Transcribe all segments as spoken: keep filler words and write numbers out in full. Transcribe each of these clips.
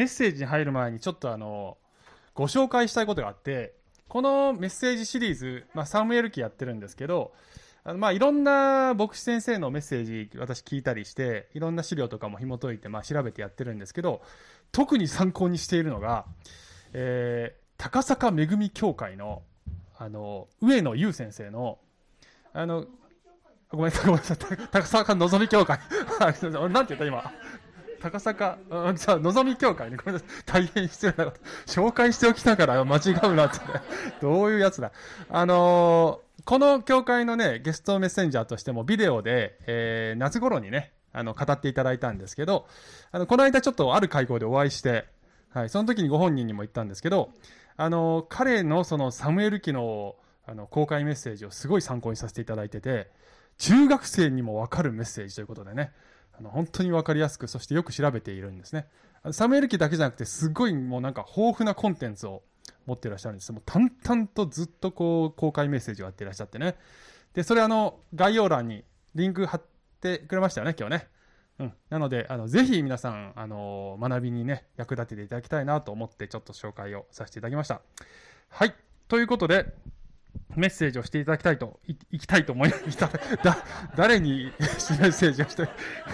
ッセージに入る前にちょっとあのご紹介したいことがあって、このメッセージシリーズ、まあ、サムエル記やってるんですけど、あのまあいろんな牧師先生のメッセージ私聞いたりして、いろんな資料とかも紐解いて、まあ、調べてやってるんですけど、特に参考にしているのが、えー、高坂恵み教会のあの上野優先生のあのごめんなさいごめんなさい高坂のぞみ教会俺なんて言った今高坂、うん、じゃあのぞみ教会ね、ごめんなさい、大変失礼なこと紹介しておきながら間違うなって、ね、どういうやつだ。あのー、この教会のねゲストメッセンジャーとしてもビデオで、えー、夏頃にねあの語っていただいたんですけど、あのこの間ちょっとある会合でお会いして、はい、その時にご本人にも言ったんですけど、あの彼のそのサムエル記のあの公開メッセージをすごい参考にさせていただいてて、中学生にも分かるメッセージということでね、あの本当に分かりやすく、そしてよく調べているんですね。サムエル記だけじゃなくて、すごいもうなんか豊富なコンテンツを持っていらっしゃるんです。もう淡々とずっとこう公開メッセージをやっていらっしゃってね。でそれあの概要欄にリンク貼ってくれましたよね今日ね。うん、なのであのぜひ皆さんあの学びにね役立てていただきたいなと思ってちょっと紹介をさせていただきました。はい、ということでメッセージをしていただきたいといいきたいと思います。だ誰にメッセージをして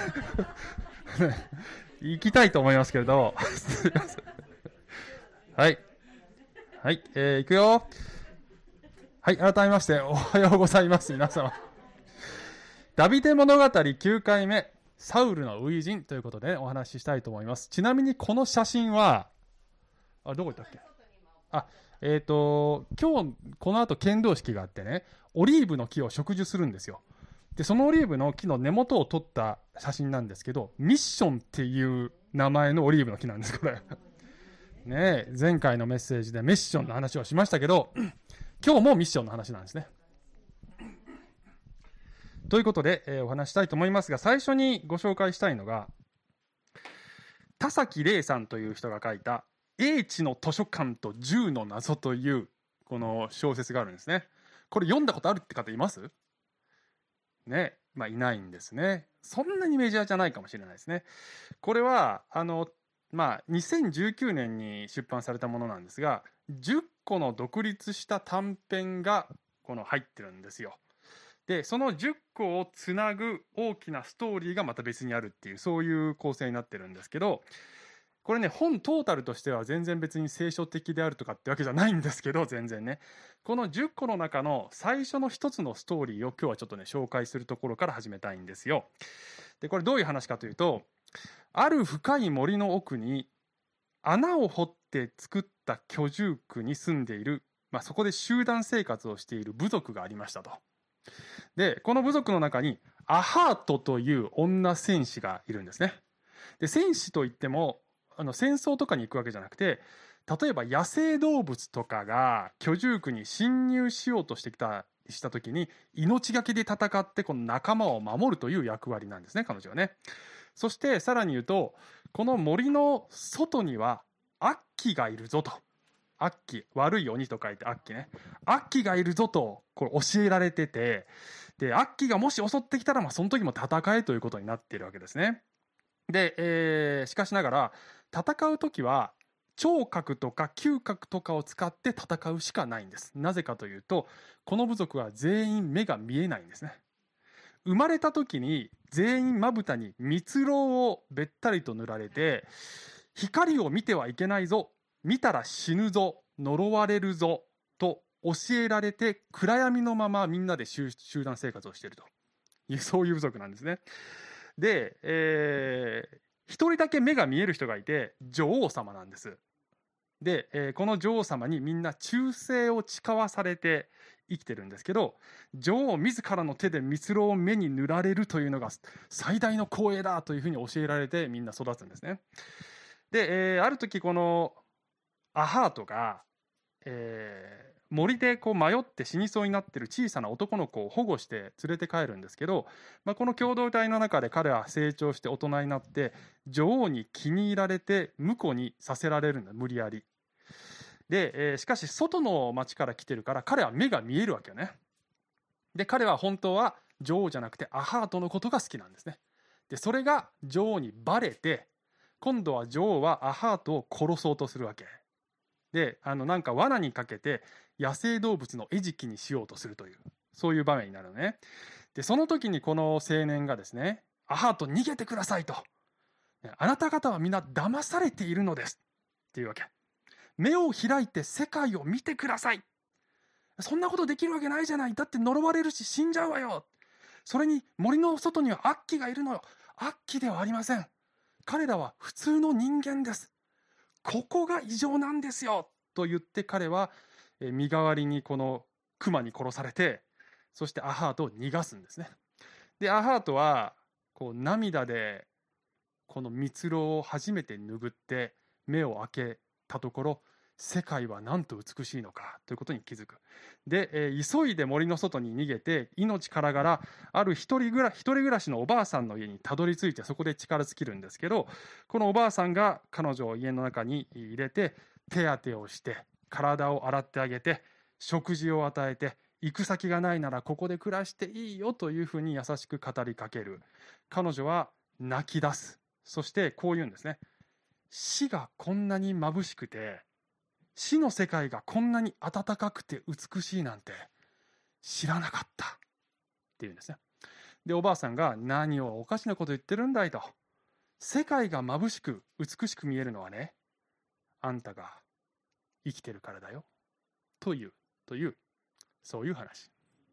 行きたいと思いますけれどすいません。はいはい、えー、いくよ。はい、改めましておはようございます皆様。ダビデ物語きゅうかいめ、サウルの初陣ということで、ね、お話ししたいと思います。ちなみにこの写真はあどこ行ったっけ。あえーと今日この後剣道式があってね、オリーブの木を植樹するんですよ。でそのオリーブの木の根元を撮った写真なんですけど、ミッションっていう名前のオリーブの木なんですこれね。え前回のメッセージでミッションの話をしましたけど、今日もミッションの話なんですね。ということで、えー、お話したいと思いますが、最初にご紹介したいのが田崎玲さんという人が書いた英知の図書館と銃の謎というこの小説があるんですね。これ読んだことあるって方いますね。まあいないんですね。そんなにメジャーじゃないかもしれないですね。これはあのまあにせんじゅうきゅうねんに出版されたものなんですが、じゅっこの独立した短編がこの入ってるんですよ。でそのじゅっこをつなぐ大きなストーリーがまた別にあるっていう、そういう構成になってるんですけど、これね本トータルとしては全然別に聖書的であるとかってわけじゃないんですけど、全然ねこのじゅっこの中の最初の一つのストーリーを今日はちょっとね紹介するところから始めたいんですよ。でこれどういう話かというと、ある深い森の奥に穴を掘って作った居住区に住んでいる、まあ、そこで集団生活をしている部族がありましたと。でこの部族の中にアハートという女戦士がいるんですね。で戦士といってもあの戦争とかに行くわけじゃなくて、例えば野生動物とかが居住区に侵入しようとしてきたした時に命がけで戦ってこの仲間を守るという役割なんですね、彼女はね。そしてさらに言うと、この森の外には悪鬼がいるぞと。悪鬼、悪い鬼と書いて悪鬼ね。悪鬼がいるぞとこれ教えられてて、で悪鬼がもし襲ってきたら、まあ、その時も戦えということになっているわけですね。で、えー、しかしながら戦う時は聴覚とか嗅覚とかを使って戦うしかないんです。なぜかというと、この部族は全員目が見えないんですね。生まれた時に全員まぶたに蜜蝋をべったりと塗られて、光を見てはいけないぞ、見たら死ぬぞ、呪われるぞと教えられて、暗闇のままみんなで集団生活をしているという、そういう部族なんですね。で、えー、一人だけ目が見える人がいて女王様なんです。で、えー、この女王様にみんな忠誠を誓わされて生きてるんですけど、女王自らの手で蜜蝋を目に塗られるというのが最大の光栄だというふうに教えられてみんな育つんですね。で、えー、ある時このアハートが、えー、森でこう迷って死にそうになっている小さな男の子を保護して連れて帰るんですけど、まあ、この共同体の中で彼は成長して大人になって女王に気に入られて婿にさせられるんだ、無理やり。で、えー、しかし外の町から来てるから彼は目が見えるわけよね。で彼は本当は女王じゃなくてアハートのことが好きなんですね。でそれが女王にバレて、 今度は女王はアハートを殺そうとするわけで、あのなんか罠にかけて野生動物の餌食にしようとするという、そういう場面になるのね。でその時にこの青年がですね、アハート逃げてくださいと、あなた方はみんな騙されているのですっていうわけ。目を開いて世界を見てください。そんなことできるわけないじゃない。だって呪われるし死んじゃうわよ。それに森の外にはアッキがいるのよ。アッキではありません。彼らは普通の人間です。ここが異常なんですよと言って、彼は身代わりにこのクマに殺されて、そしてアハートを逃がすんですね。でアハートはこう涙でこの蜜蝋を初めて拭って目を開けたところ、世界はなんと美しいのかということに気づく。で、えー、急いで森の外に逃げて、命からがらある一人暮ら一人暮らしのおばあさんの家にたどり着いて、そこで力尽きるんですけど、このおばあさんが彼女を家の中に入れて手当てをして、体を洗ってあげて、食事を与えて、行く先がないならここで暮らしていいよというふうに優しく語りかける。彼女は泣き出す。そしてこう言うんですね。死がこんなに眩しくて、死の世界がこんなに温かくて美しいなんて知らなかったっていうんですね。でおばあさんが、何をおかしなこと言ってるんだいと。世界が眩しく美しく見えるのはね、あんたが生きてるからだよというというそういう話。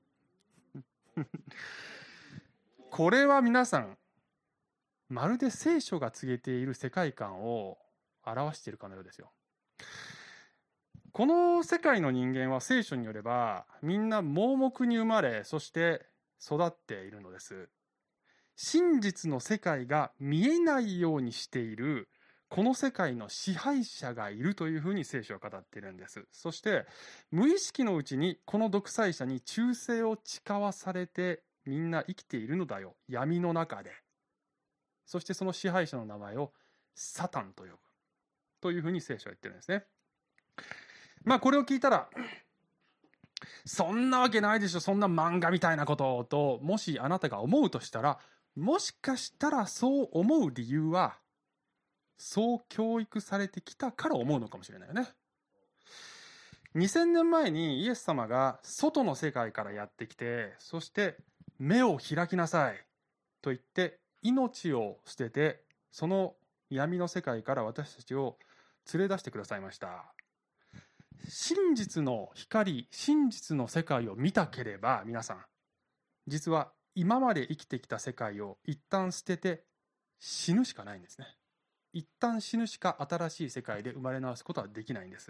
これは皆さん、まるで聖書が告げている世界観を表しているかのようですよ。この世界の人間は聖書によればみんな盲目に生まれ、そして育っているのです。真実の世界が見えないようにしているこの世界の支配者がいるというふうに聖書は語っているんです。そして無意識のうちにこの独裁者に忠誠を誓わされてみんな生きているのだよ、闇の中で。そしてその支配者の名前をサタンと呼ぶというふうに聖書は言ってるんですね。まあこれを聞いたら、そんなわけないでしょ、そんな漫画みたいなことともしあなたが思うとしたら、もしかしたらそう思う理由はそう教育されてきたから思うのかもしれないよね。にせんねんまえにイエス様が外の世界からやってきて、そして目を開きなさいと言って命を捨てて、その闇の世界から私たちを連れ出してくださいました。真実の光、真実の世界を見たければ、皆さん、実は今まで生きてきた世界を一旦捨てて死ぬしかないんですね。一旦死ぬしか新しい世界で生まれ直すことはできないんです。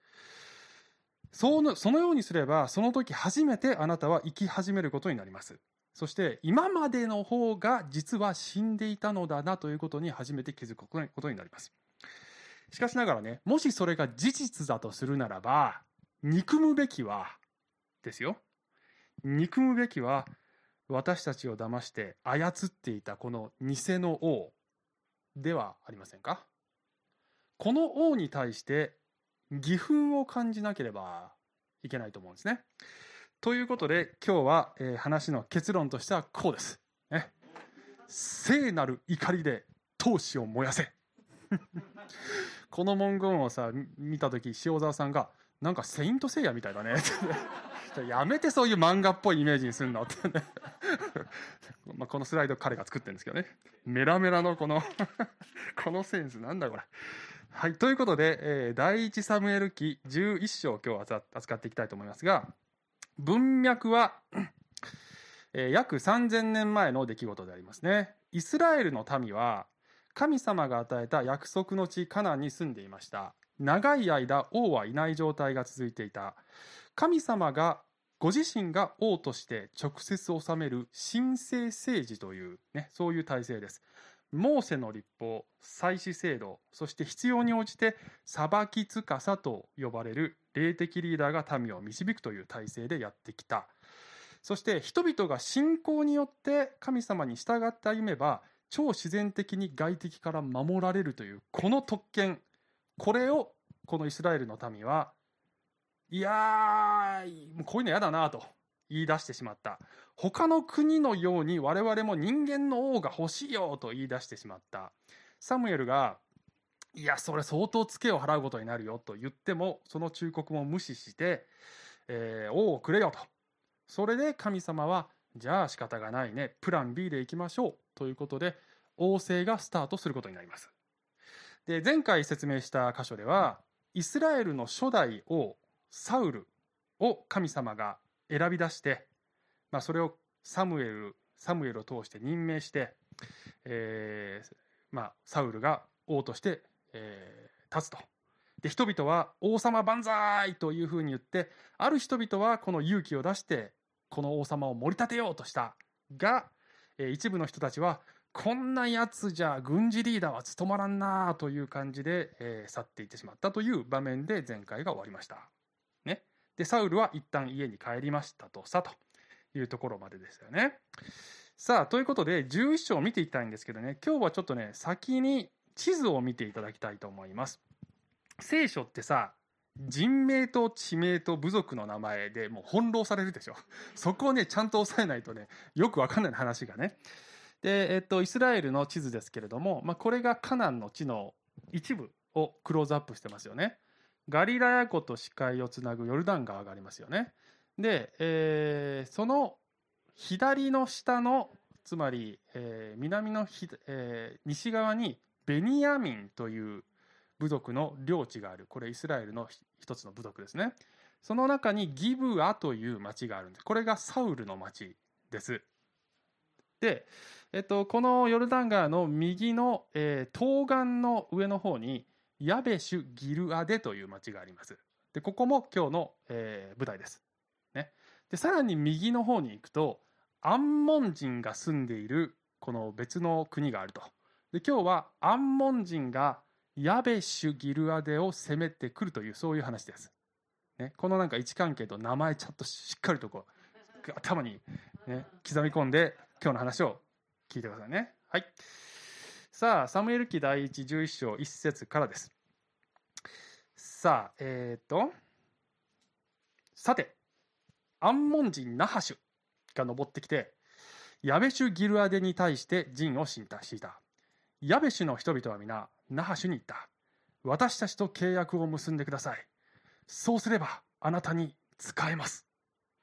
その、そのようにすれば、その時初めてあなたは生き始めることになります。そして今までの方が実は死んでいたのだなということに初めて気づくことになります。しかしながらね、もしそれが事実だとするならば、憎むべきはですよ、憎むべきは私たちを騙して操っていたこの偽の王ではありませんか。この王に対して義憤を感じなければいけないと思うんですね。ということで今日は、えー、話の結論としてはこうです、ね、聖なる怒りで闘志を燃やせ。この文言をさ見たとき、塩沢さんがなんかセイントセイヤみたいだねってやめてそういう漫画っぽいイメージにするのってねまあこのスライド彼が作ってるんですけどね、メラメラのこのこのセンスなんだこれ。はい、ということで、えー、第一サムエル記じゅういっ章を今日は扱っていきたいと思いますが、文脈は、えー、約さんぜんねんまえの出来事でありますね。イスラエルの民は神様が与えた約束の地カナンに住んでいました。長い間王はいない状態が続いていた。神様がご自身が王として直接治める神聖政治という、ね、そういう体制です。モーセの律法、祭司制度、そして必要に応じて裁き司と呼ばれる霊的リーダーが民を導くという体制でやってきた。そして人々が信仰によって神様に従って歩めば超自然的に外敵から守られるというこの特権、これをこのイスラエルの民はいやーこういうのやだなと言い出してしまった。他の国のように我々も人間の王が欲しいよと言い出してしまった。 サムエルが、いや、それ相当ツケを払うことになるよと言っても、その忠告も無視して、えー、王をくれよと。それで神様は、じゃあ仕方がないね、プラン ビー でいきましょうということで、王政がスタートすることになります。で、前回説明した箇所では、イスラエルの初代王、サウルを神様が選び出して、まあ、それをサムエル、サムエルを通して任命して、えーまあ、サウルが王として、えー、立つと。で、人々は王様万歳というふうに言って、ある人々はこの勇気を出して、この王様を盛り立てようとしたが、えー、一部の人たちは、こんなやつじゃ軍事リーダーは務まらんなという感じで、えー、去っていってしまったという場面で前回が終わりました。ね。で、サウルは一旦家に帰りましたとさというところまでですよね。さあ、ということでじゅういっ章を見ていきたいんですけどね、今日はちょっとね、先に地図を見ていただきたいと思います。聖書ってさ、人名と地名と部族の名前でもう翻弄されるでしょ。そこをね、ちゃんと押さえないとね、よくわかんない話がね。で、えっと、イスラエルの地図ですけれども、まあ、これがカナンの地の一部をクローズアップしてますよね。ガリラヤ湖と死海をつなぐヨルダン川がありますよね。で、えー、その左の下の、つまり、えー、南のひ、えー、西側にベニヤミンという部族の領地がある。これイスラエルの一つの部族ですね。その中にギブアという町があるんです。これがサウルの町です。で、えっと、このヨルダン川の右の、えー、東岸の上の方にヤベシュ・ギルアデという町があります。で、ここも今日の、えー、舞台です。ね。で、さらに右の方に行くと、アンモン人が住んでいるこの別の国があると。で、今日はアンモン人がヤベシュ・ギルアデを攻めてくるという、そういう話です。ね、このなんか位置関係と名前ちゃんとしっかりとこう頭に、ね、刻み込んで今日の話を聞いてくださいね。はい。さあ、サムエル記第一じゅういっ章いち節からです。さあ、えっと、さて、アンモン人ナハシュが登ってきて、ヤベシュ・ギルアデに対して陣を敷いた。ヤベシュの人々は皆、ナハシュに言った。私たちと契約を結んでください。そうすれば、あなたに仕えます。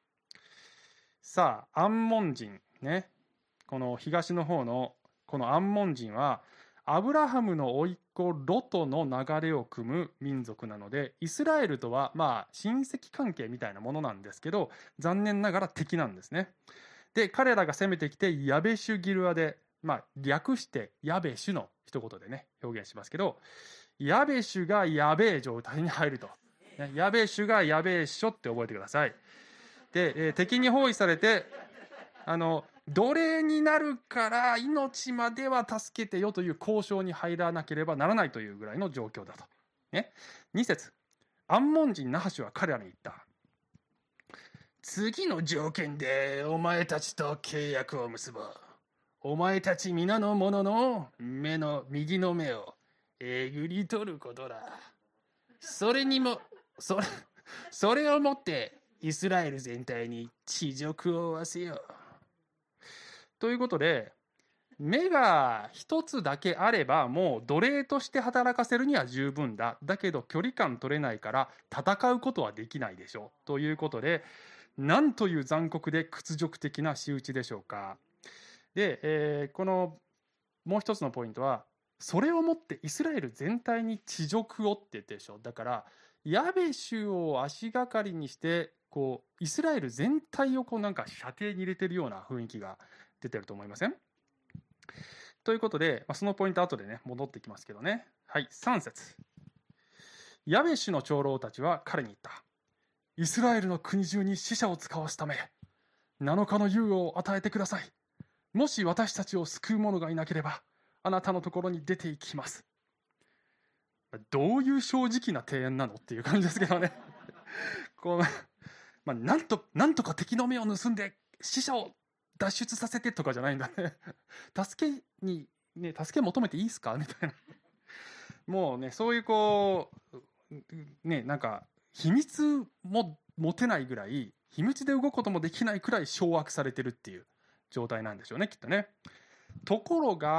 さあ、アンモン人ね。この東の方のこのアンモン人はアブラハムの甥っ子ロトの流れを組む民族なので、イスラエルとはまあ親戚関係みたいなものなんですけど、残念ながら敵なんですね。で、彼らが攻めてきてヤベシュギルアで、まあ略してヤベシュの一言でね表現しますけど、ヤベシュがやべえ状態に入ると、ね、ヤベシュがやべえしょって覚えてください。で、えー、敵に包囲されて、あの奴隷になるから命までは助けてよという交渉に入らなければならないというぐらいの状況だと。ね、に節、アンモン人ナハシュは彼らに言った。次の条件でお前たちと契約を結ぼう。お前たち皆の者の目の右の目をえぐり取ることだ。それにもそれ、それをもってイスラエル全体に恥辱を負わせよう。ということで、目が一つだけあればもう奴隷として働かせるには十分だ。だけど距離感取れないから戦うことはできないでしょう。ということで、なんという残酷で屈辱的な仕打ちでしょうか。で、えー、このもう一つのポイントは、それをもってイスラエル全体に恥辱をって言ってるでしょ。だからヤベシュを足がかりにしてこうイスラエル全体をこうなんか射程に入れてるような雰囲気が出てると思いません？ということで、まあ、そのポイント後でね戻ってきますけどね。はい、さん節。ヤベシュの長老たちは彼に言った。イスラエルの国中に死者を使わすためなのかの猶予を与えてください。もし私たちを救う者がいなければあなたのところに出ていきます。どういう正直な提案なのっていう感じですけどね。こう、まあ、なんとなんとか敵の目を盗んで死者を脱出させてとかじゃないんだね。助けに、ね、助け求めていいですかみたいな。もうね、そういうこう、ね、なんか、秘密も持てないぐらい、秘密で動くこともできないくらい掌握されてるっていう状態なんでしょうね、きっとね。ところが、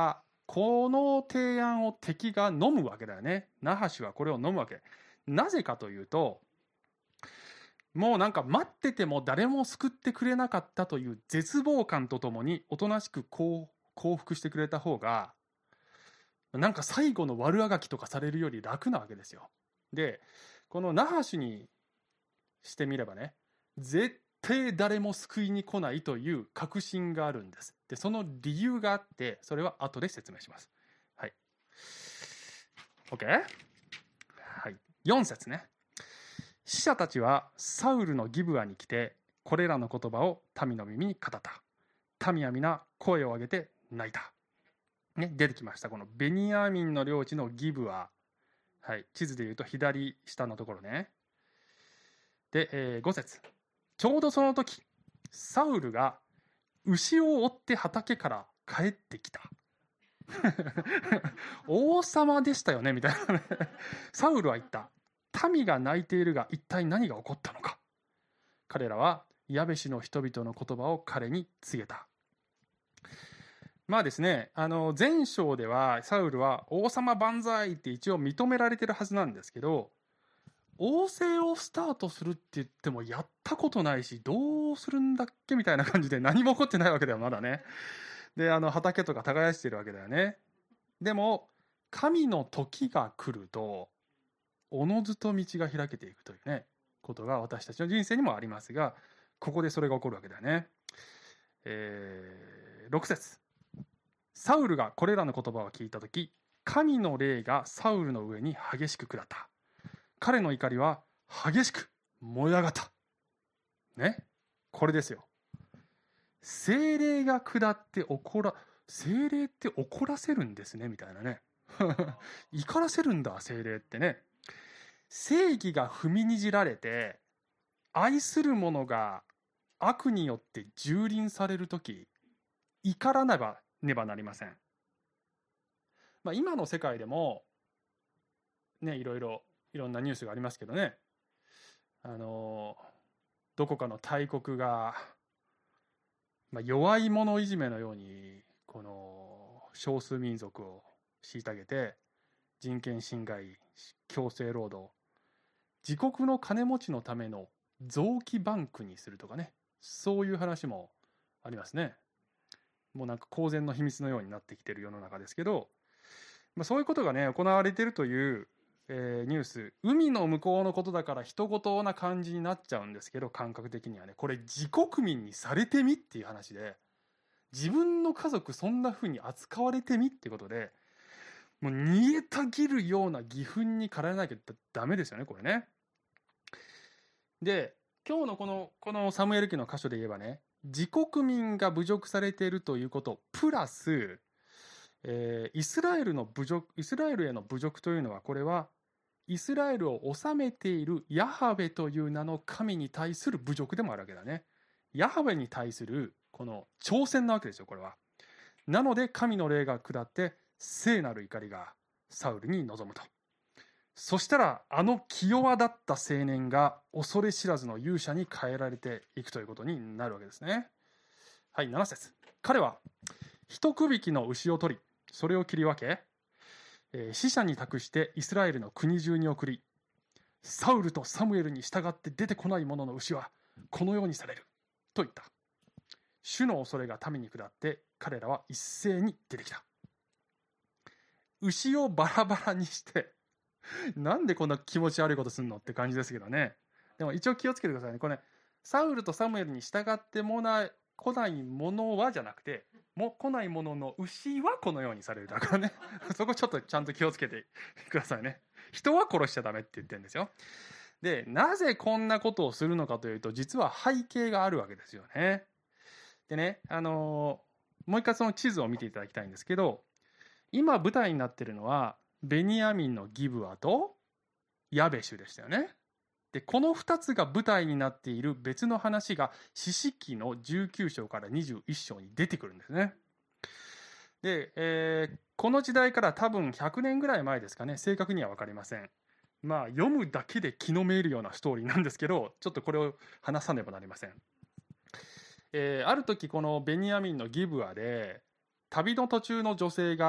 この提案を敵が飲むわけだよね。ナハシュはこれを飲むわけ。なぜかというと、もうなんか待ってても誰も救ってくれなかったという絶望感とともに、おとなしく降伏してくれた方が、なんか最後の悪あがきとかされるより楽なわけですよ。で、このナハシュにしてみればね、絶対誰も救いに来ないという確信があるんです。で、その理由があって、それは後で説明します。はい。OK？ はい。よん節ね。使者たちはサウルのギブアに来て、これらの言葉を民の耳に語った。民は皆声を上げて泣いた。ね、出てきました。このベニヤミンの領地のギブア。はい。地図でいうと左下のところね。で、えー、ご節。ちょうどその時、サウルが牛を追って畑から帰ってきた。王様でしたよねみたいなね。サウルは言った。民が泣いているが一体何が起こったのか。彼らはヤベシの人々の言葉を彼に告げた。まあですね、あの前章ではサウルは王様万歳って一応認められてるはずなんですけど、王政をスタートするって言ってもやったことないし、どうするんだっけみたいな感じで何も起こってないわけだよ、まだね。で、あの畑とか耕してるわけだよね。でも神の時が来るとおのずと道が開けていくというね、ことが私たちの人生にもありますが、ここでそれが起こるわけだよね。えー、ろく節。サウルがこれらの言葉を聞いたとき、神の霊がサウルの上に激しく下った。彼の怒りは激しく燃え上がった。ね。これですよ。聖霊が下って怒ら、聖霊って怒らせるんですね、みたいなね。怒らせるんだ、聖霊ってね。正義が踏みにじられて、愛する者が悪によって蹂躙されるとき、怒らねばねばなりません。まあ、今の世界でも、ね、いろいろ、いろんなニュースがありますけどね、あの、どこかの大国が、まあ、弱い者いじめのように、この少数民族を虐げて、人権侵害、強制労働、自国の金持ちのための臓器バンクにするとかね、そういう話もありますね。もうなんか公然の秘密のようになってきている世の中ですけど、まあ、そういうことがね行われているという、えー、ニュース、海の向こうのことだから人事な感じになっちゃうんですけど、感覚的にはね、これ自国民にされてみっていう話で、自分の家族そんな風に扱われてみっていうことで、もう煮えたぎるような義憤に駆られなきゃダメですよね、これね。で、今日のこのこのサムエル記の箇所で言えばね、自国民が侮辱されているということプラス、えー、イスラエルの侮辱、イスラエルへの侮辱というのは、これはイスラエルを治めているヤハウェという名の神に対する侮辱でもあるわけだね。ヤハウェに対するこの挑戦なわけですよ、これは。なので神の霊が下って聖なる怒りがサウルに臨むと。そしたらあの気弱だった青年が恐れ知らずの勇者に変えられていくということになるわけですね。はい、なな節。彼は一区引きの牛を取り、それを切り分け、えー、死者に託してイスラエルの国中に送り、サウルとサムエルに従って出てこない者の牛はこのようにされると言った。主の恐れが民に下って彼らは一斉に出てきた。牛をバラバラにしてなんでこんな気持ち悪いことすんのって感じですけどね。でも一応気をつけてくださいね。これね、サウルとサムエルに従ってもない来ないものはじゃなくて、も来ないものの牛はこのようにされるだからね。そこちょっとちゃんと気をつけてくださいね。人は殺しちゃダメって言ってるんですよ。で、なぜこんなことをするのかというと、実は背景があるわけですよね。でね、あのー、もう一回その地図を見ていただきたいんですけど、今舞台になっているのはベニヤミンのギブアとヤベシュでしたよね。で、このふたつが舞台になっている別の話が士師記のじゅうきゅう章からにじゅういち章に出てくるんですね。で、えー、この時代から多分ひゃくねんぐらい前ですかね、正確には分かりません。まあ読むだけで気のめいるようなストーリーなんですけど、ちょっとこれを話さねばなりません。えー、ある時このベニヤミンのギブアで旅の途中の女性が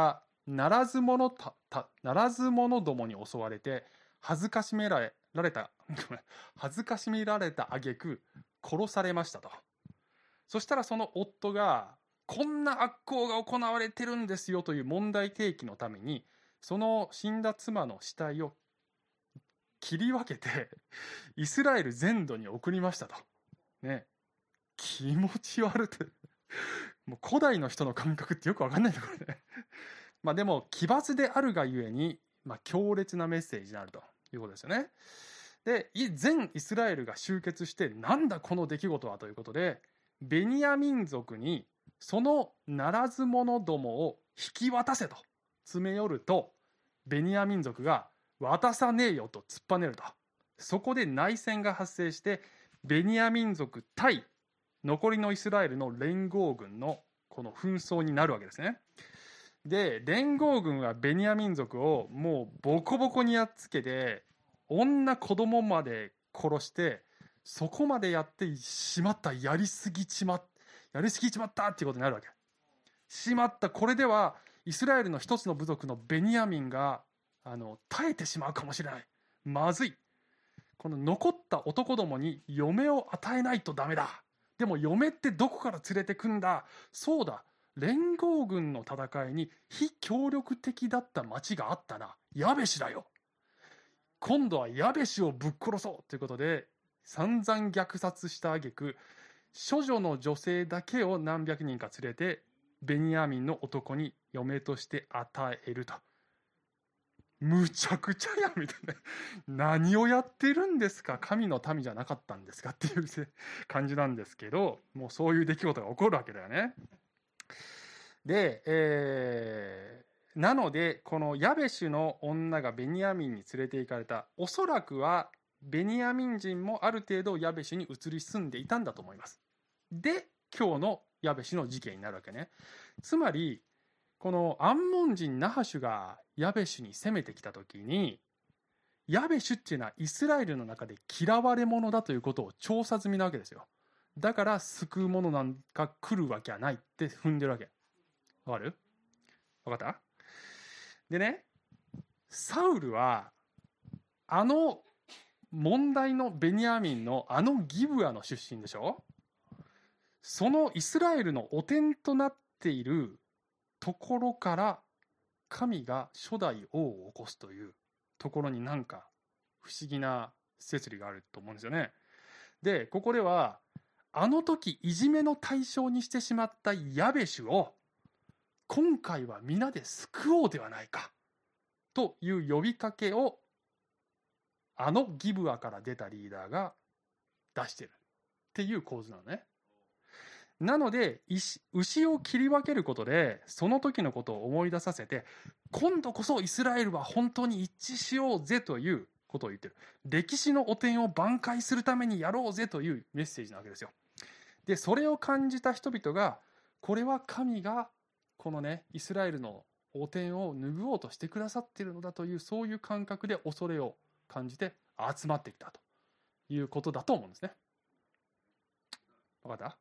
ならず者たたならず者どもに襲われて恥ずかしめられられた恥ずかしめられた挙句殺されましたと。そしたらその夫がこんな悪行が行われてるんですよという問題提起のためにその死んだ妻の死体を切り分けてイスラエル全土に送りましたと。ね、気持ち悪いってもう古代の人の感覚ってよく分かんないんだこれねまあでも奇抜であるがゆえに、まあ、強烈なメッセージになるということですよね。で全イスラエルが集結してなんだこの出来事はということでベニヤ民族にそのならず者どもを引き渡せと詰め寄るとベニヤ民族が渡さねえよと突っぱねると。そこで内戦が発生してベニヤ民族対残りのイスラエルの連合軍のこの紛争になるわけですね。で連合軍はベニヤ民族をもうボコボコにやっつけて女子供まで殺してそこまでやってしまったやりすぎちまやりすぎちまったっていうことになるわけ。しまったこれではイスラエルの一つの部族のベニヤ民があの耐えてしまうかもしれない。まずい。この残った男どもに嫁を与えないとダメだ。でも嫁ってどこから連れてくんだ。そうだ、連合軍の戦いに非協力的だった町があったな。ヤベシだよ。今度はヤベシをぶっ殺そうということで散々虐殺した挙句処女の女性だけを何百人か連れてベニヤミンの男に嫁として与えると。むちゃくちゃやみたいな何をやってるんですか、神の民じゃなかったんですかっていう感じなんですけど、もうそういう出来事が起こるわけだよね。で、えー、なのでこのヤベシュの女がベニヤミンに連れて行かれた、おそらくはベニヤミン人もある程度ヤベシュに移り住んでいたんだと思います。で今日のヤベシュの事件になるわけね。つまりこのアンモン人ナハシュがヤベシュに攻めてきた時に、ヤベシュっていうのはイスラエルの中で嫌われ者だということを調査済みなわけですよ。だから救う者なんか来るわけはないって踏んでるわけ。わかる？わかった？でね、サウルはあの問題のベニヤミンのあのギブアの出身でしょ。そのイスラエルの汚点となっているところから神が初代王を起こすというところになんか不思議な摂理があると思うんですよね。でここではあの時いじめの対象にしてしまったヤベシュを今回は皆で救おうではないかという呼びかけをあのギブアから出たリーダーが出してるっていう構図なのね。なので牛を切り分けることでその時のことを思い出させて、今度こそイスラエルは本当に一致しようぜということを言ってる。歴史の汚点を挽回するためにやろうぜというメッセージなわけですよ。でそれを感じた人々が、これは神がこのねイスラエルの汚点を拭おうとしてくださっているのだという、そういう感覚で恐れを感じて集まってきたということだと思うんですね。分かった？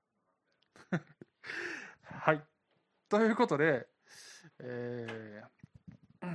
はい。ということで、えー、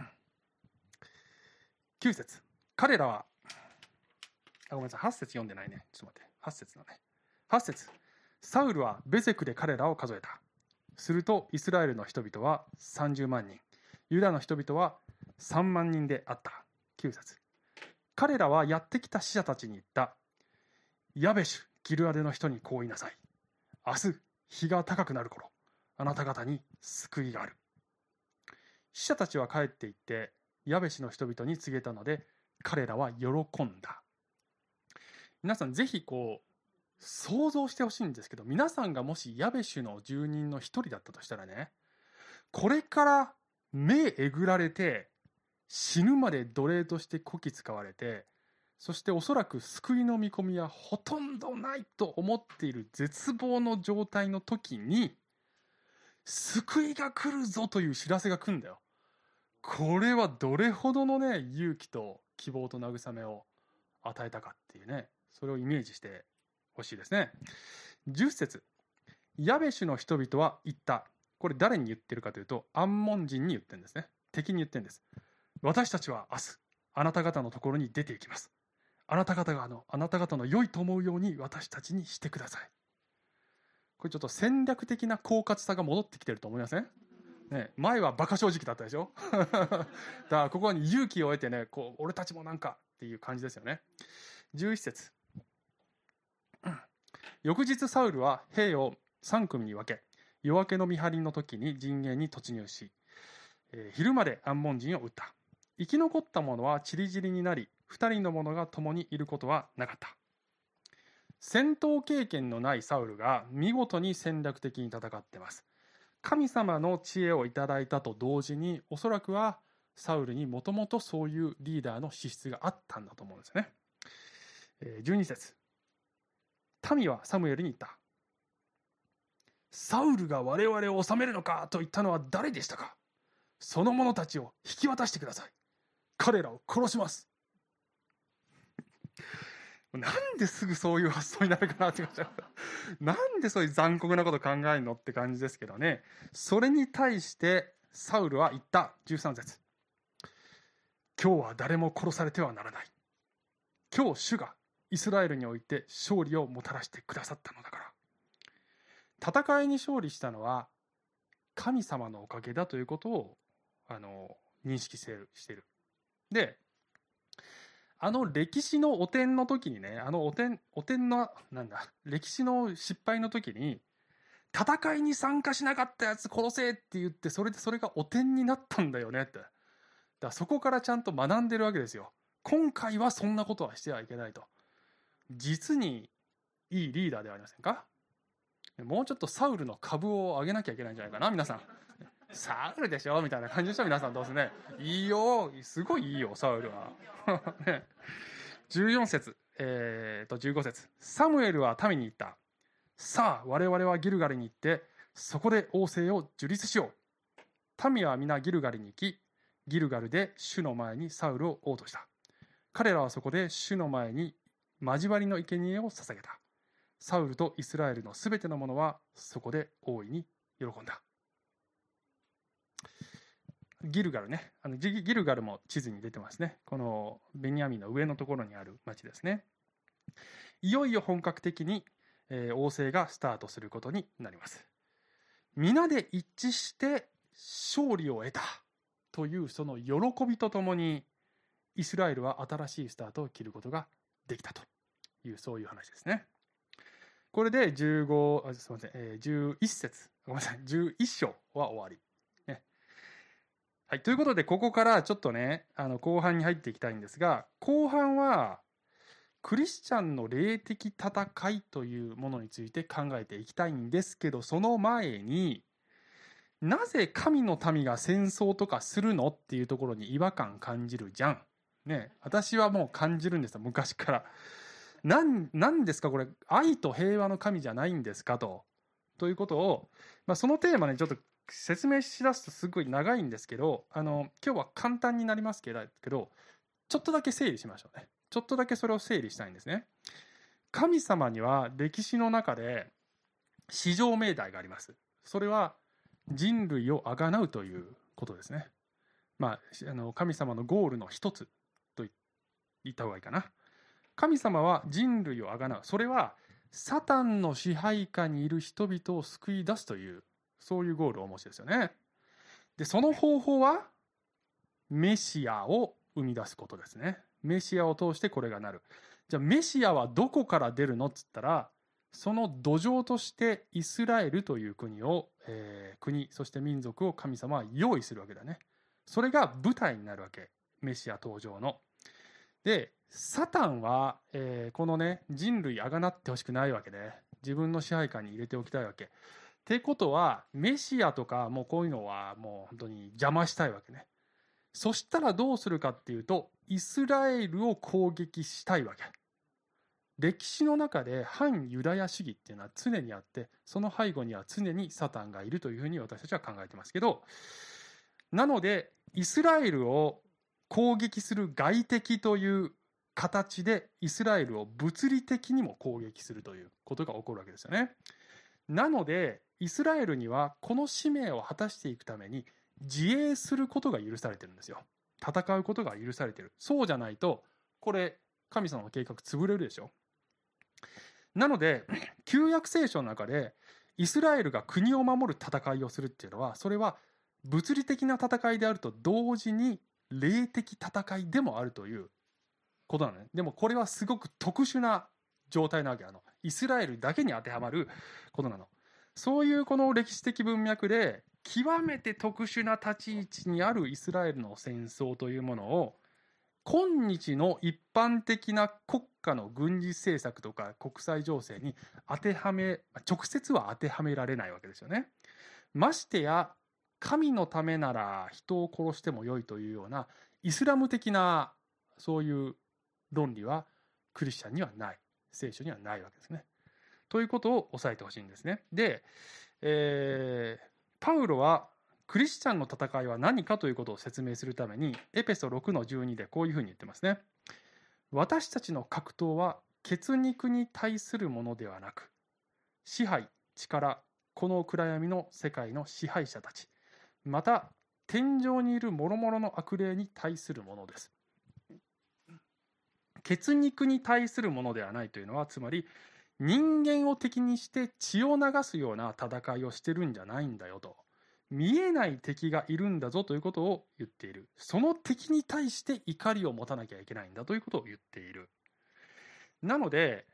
きゅう節。彼らは、あ、ごめんなさい、はち節読んでないね。ちょっと待って、はち節だね。はち節。サウルはベゼクで彼らを数えた。すると、イスラエルの人々はさんじゅうまんにん、ユダの人々はさんまんにんであった。きゅう節。彼らはやってきた死者たちに言った。ヤベシュ、ギルアデの人にこう言いなさい。明日、日が高くなる頃、あなた方に救いがある。死者たちは帰って行ってヤベシの人々に告げたので、彼らは喜んだ。皆さんぜひこう想像してほしいんですけど、皆さんがもしヤベシュの住人の一人だったとしたらね、これから目えぐられて死ぬまで奴隷としてこき使われて、そしておそらく救いの見込みはほとんどないと思っている絶望の状態の時に、救いが来るぞという知らせが来るんだよ。これはどれほどのね勇気と希望と慰めを与えたかっていうね、それをイメージしてほしいですね。じゅっ節。ヤベシュの人々は言った。これ誰に言ってるかというと、アンモン人に言ってるんですね。 敵に言ってるんです。私たちは明日あなた方のところに出ていきます。あなた方があのあなた方の良いと思うように私たちにしてください。これちょっと戦略的な狡猾さが戻ってきてると思いません？ね、前は馬鹿正直だったでしょだからここに勇気を得てね、こう俺たちもなんかっていう感じですよね。じゅういっ節、翌日サウルは兵をさん組に分け、夜明けの見張りの時に陣営に突入し、えー、昼まで安門人を撃った。生き残った者は散り散りになり、二人の者が共にいることはなかった。戦闘経験のないサウルが見事に戦略的に戦っています。神様の知恵をいただいたと同時に、おそらくはサウルにもともとそういうリーダーの資質があったんだと思うんですね。じゅうに節、民はサムエルに言った。サウルが我々を治めるのかと言ったのは誰でしたか。その者たちを引き渡してください。彼らを殺します。なんですぐそういう発想になるかなって感じ。なんでそういう残酷なこと考えるのって感じですけどね。それに対してサウルは言った。じゅうさん節、今日は誰も殺されてはならない。今日主がイスラエルにおいて勝利をもたらしてくださったのだから。戦いに勝利したのは神様のおかげだということをあの認識している。している。で、あの歴史の汚点の時にね、あの汚点、汚点の、なんだ、歴史の失敗の時に、戦いに参加しなかったやつ殺せって言って、それでそれが汚点になったんだよねって。だからそこからちゃんと学んでるわけですよ。今回はそんなことはしてはいけないと。実にいいリーダーではありませんか？もうちょっとサウルの株を上げなきゃいけないんじゃないかな、皆さん。サウルでしょみたいな感じでしょ皆さん。どうせね、いいよ、すごいいいよサウルは。ね、じゅうよん節、えー、とじゅうご節、サムエルは民に言った。さあ我々はギルガルに行ってそこで王政を樹立しよう。民は皆ギルガルに行き、ギルガルで主の前にサウルを王とした。彼らはそこで主の前に交わりの生贄を捧げた。サウルとイスラエルのすべての者はそこで大いに喜んだ。ギルガルね、あのギルガルも地図に出てますね。このベニヤミンの上のところにある町ですね。いよいよ本格的に、えー、王政がスタートすることになります。皆で一致して勝利を得たというその喜びとともに、イスラエルは新しいスタートを切ることができたという、そういう話ですね。これでじゅうご、あ、すみません、えー、じゅういち節、ごめんなさい、じゅういっ章は終わり。ね。はい、ということで、ここからちょっとね、あの後半に入っていきたいんですが、後半は、クリスチャンの霊的戦いというものについて考えていきたいんですけど、その前に、なぜ神の民が戦争とかするのっていうところに違和感感じるじゃん。ね、私はもう感じるんですよ、昔から。なん、なんですかこれ、愛と平和の神じゃないんですかと。ということを、まあ、そのテーマね、ちょっと説明しだすとすごい長いんですけど、あの、今日は簡単になりますけど、ちょっとだけ整理しましょうね。ちょっとだけそれを整理したいんですね。神様には歴史の中で至上命題があります。それは人類をあがなうということですね。まあ、あの神様のゴールの一つと言った方がいいかな。神様は人類をあがなう。それはサタンの支配下にいる人々を救い出すという、そういうゴールをお持ちですよね。で、その方法はメシアを生み出すことですね。メシアを通してこれがなる。じゃあメシアはどこから出るのっつったら、その土壌としてイスラエルという国を、えー、国、そして民族を神様は用意するわけだね。それが舞台になるわけ。メシア登場の。で、サタンは、えー、このね、人類あがなってほしくないわけで、自分の支配下に入れておきたいわけ。ってことは、メシアとかもうこういうのはもう本当に邪魔したいわけね。そしたらどうするかっていうと、イスラエルを攻撃したいわけ。歴史の中で反ユダヤ主義っていうのは常にあって、その背後には常にサタンがいるというふうに私たちは考えてますけど、なので、イスラエルを攻撃する外敵という形でイスラエルを物理的にも攻撃するということが起こるわけですよね。なのでイスラエルにはこの使命を果たしていくために自衛することが許されてるんですよ。戦うことが許されてる。そうじゃないとこれ神様の計画潰れるでしょ。なので旧約聖書の中でイスラエルが国を守る戦いをするっていうのは、それは物理的な戦いであると同時に霊的戦いでもあるということなのね。でもこれはすごく特殊な状態なわけ。あのイスラエルだけに当てはまることなの。そういうこの歴史的文脈で極めて特殊な立ち位置にあるイスラエルの戦争というものを今日の一般的な国家の軍事政策とか国際情勢に当てはめ、直接は当てはめられないわけですよね。ましてや神のためなら人を殺してもよいというようなイスラム的なそういう論理はクリスチャンにはない、聖書にはないわけですね。ということを押さえてほしいんですね。で、えー、パウロはクリスチャンの戦いは何かということを説明するためにエペソろくのじゅうにでこういうふうに言ってますね。私たちの格闘は血肉に対するものではなく、支配、力、この暗闇の世界の支配者たち、また天上にいる諸々の悪霊に対するものです。血肉に対するものではないというのは、つまり人間を敵にして血を流すような戦いをしてるんじゃないんだよと。見えない敵がいるんだぞということを言っている。その敵に対して怒りを持たなきゃいけないんだということを言っている。なので、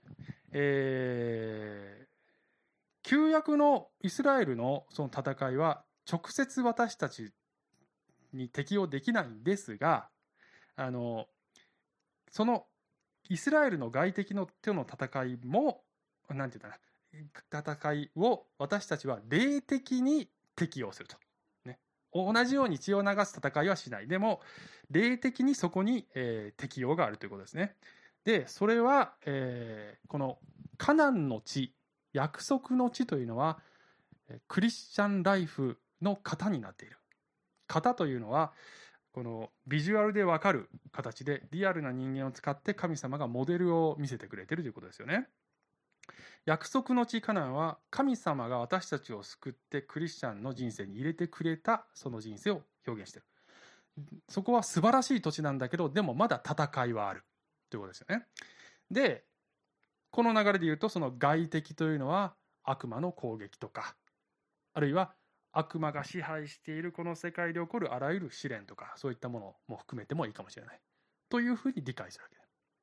えー、旧約のイスラエルのその戦いは直接私たちに適用できないんですが、あのそのイスラエルの外敵の手の戦いも、なんて言ったら、戦いを私たちは霊的に適用すると、ね、同じように血を流す戦いはしない。でも霊的にそこに、えー、適用があるということですね。でそれは、えー、このカナンの地、約束の地というのはクリスチャンライフの型になっている。型というのはこのビジュアルで分かる形でリアルな人間を使って神様がモデルを見せてくれているということですよね。約束の地カナンは神様が私たちを救ってクリスチャンの人生に入れてくれたその人生を表現している。そこは素晴らしい土地なんだけど、でもまだ戦いはあるということですよね。でこの流れで言うと、その外敵というのは悪魔の攻撃とか、あるいは悪魔が支配しているこの世界で起こるあらゆる試練とか、そういったものも含めてもいいかもしれないというふうに理解するわ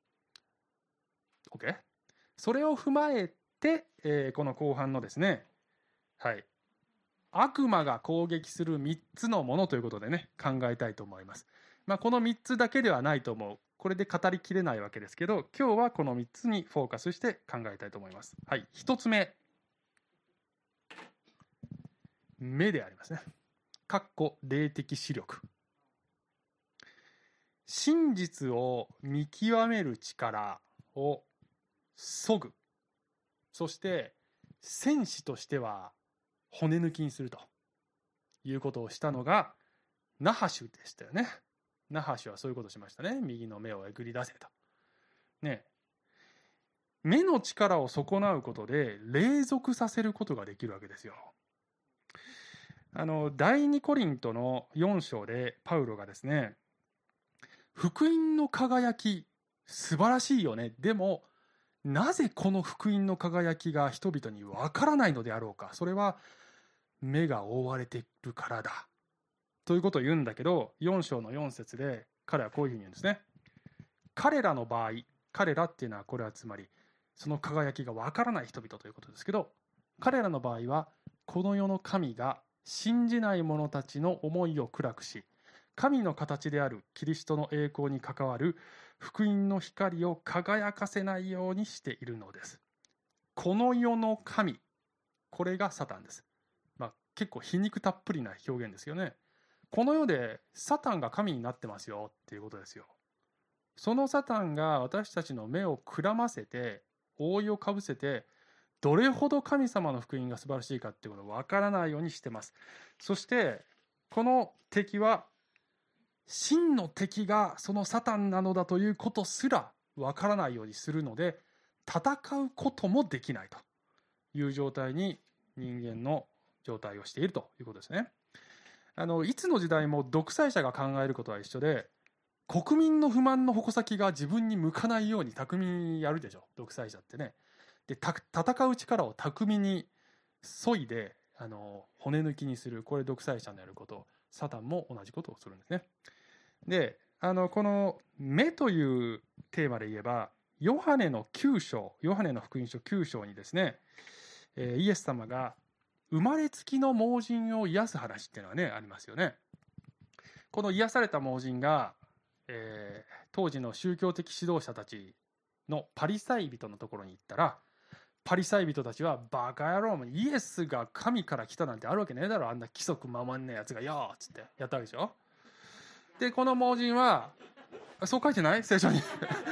け。 OK？ それを踏まえて、えー、この後半のですね、はい、悪魔が攻撃するみっつのものということでね、考えたいと思います。まあ、このみっつだけではないと思う。これで語りきれないわけですけど、今日はこのみっつにフォーカスして考えたいと思います。はい、ひとつめ、目でありますね。かっこ霊的視力。真実を見極める力を削ぐ。そして戦士としては骨抜きにするということをしたのがナハシュでしたよね。ナハシュはそういうことをしましたね。右の目をえぐり出せと。ね。目の力を損なうことで隷属させることができるわけですよ。あの第二コリントのよん章でパウロがですね、福音の輝き素晴らしいよね。でもなぜこの福音の輝きが人々にわからないのであろうか。それは目が覆われているからだということを言うんだけど、よん章のよん節で彼はこういうふうに言うんですね。彼らの場合、彼らっていうのはこれはつまりその輝きがわからない人々ということですけど、彼らの場合はこの世の神が信じない者たちの思いを暗くし、神の形であるキリストの栄光に関わる福音の光を輝かせないようにしているのです。この世の神、これがサタンです。まあ、結構皮肉たっぷりな表現ですよね。この世でサタンが神になってますよっていうことですよ。そのサタンが私たちの目をくらませて、覆いをかぶせて、どれほど神様の福音が素晴らしいかっていうことを分からないようにしてます。そしてこの敵は真の敵がそのサタンなのだということすら分からないようにするので、戦うこともできないという状態に人間の状態をしているということですね。 あのいつの時代も独裁者が考えることは一緒で、国民の不満の矛先が自分に向かないように巧みにやるでしょ、独裁者ってね。でた戦う力を巧みに削いであの骨抜きにする、これ独裁者のやること。サタンも同じことをするんですね。であのこの目というテーマで言えば、ヨハネのきゅう章、ヨハネの福音書きゅう章にですね、えー、イエス様が生まれつきの盲人を癒す話っていうのはねありますよね。この癒された盲人が、えー、当時の宗教的指導者たちのパリサイ人のところに行ったら、パリサイ人たちはバカ野郎、イエスが神から来たなんてあるわけねえだろ、あんな規則守んねえやつがよっつってやったわけでしょ。でこの盲人はそう書いてない聖書に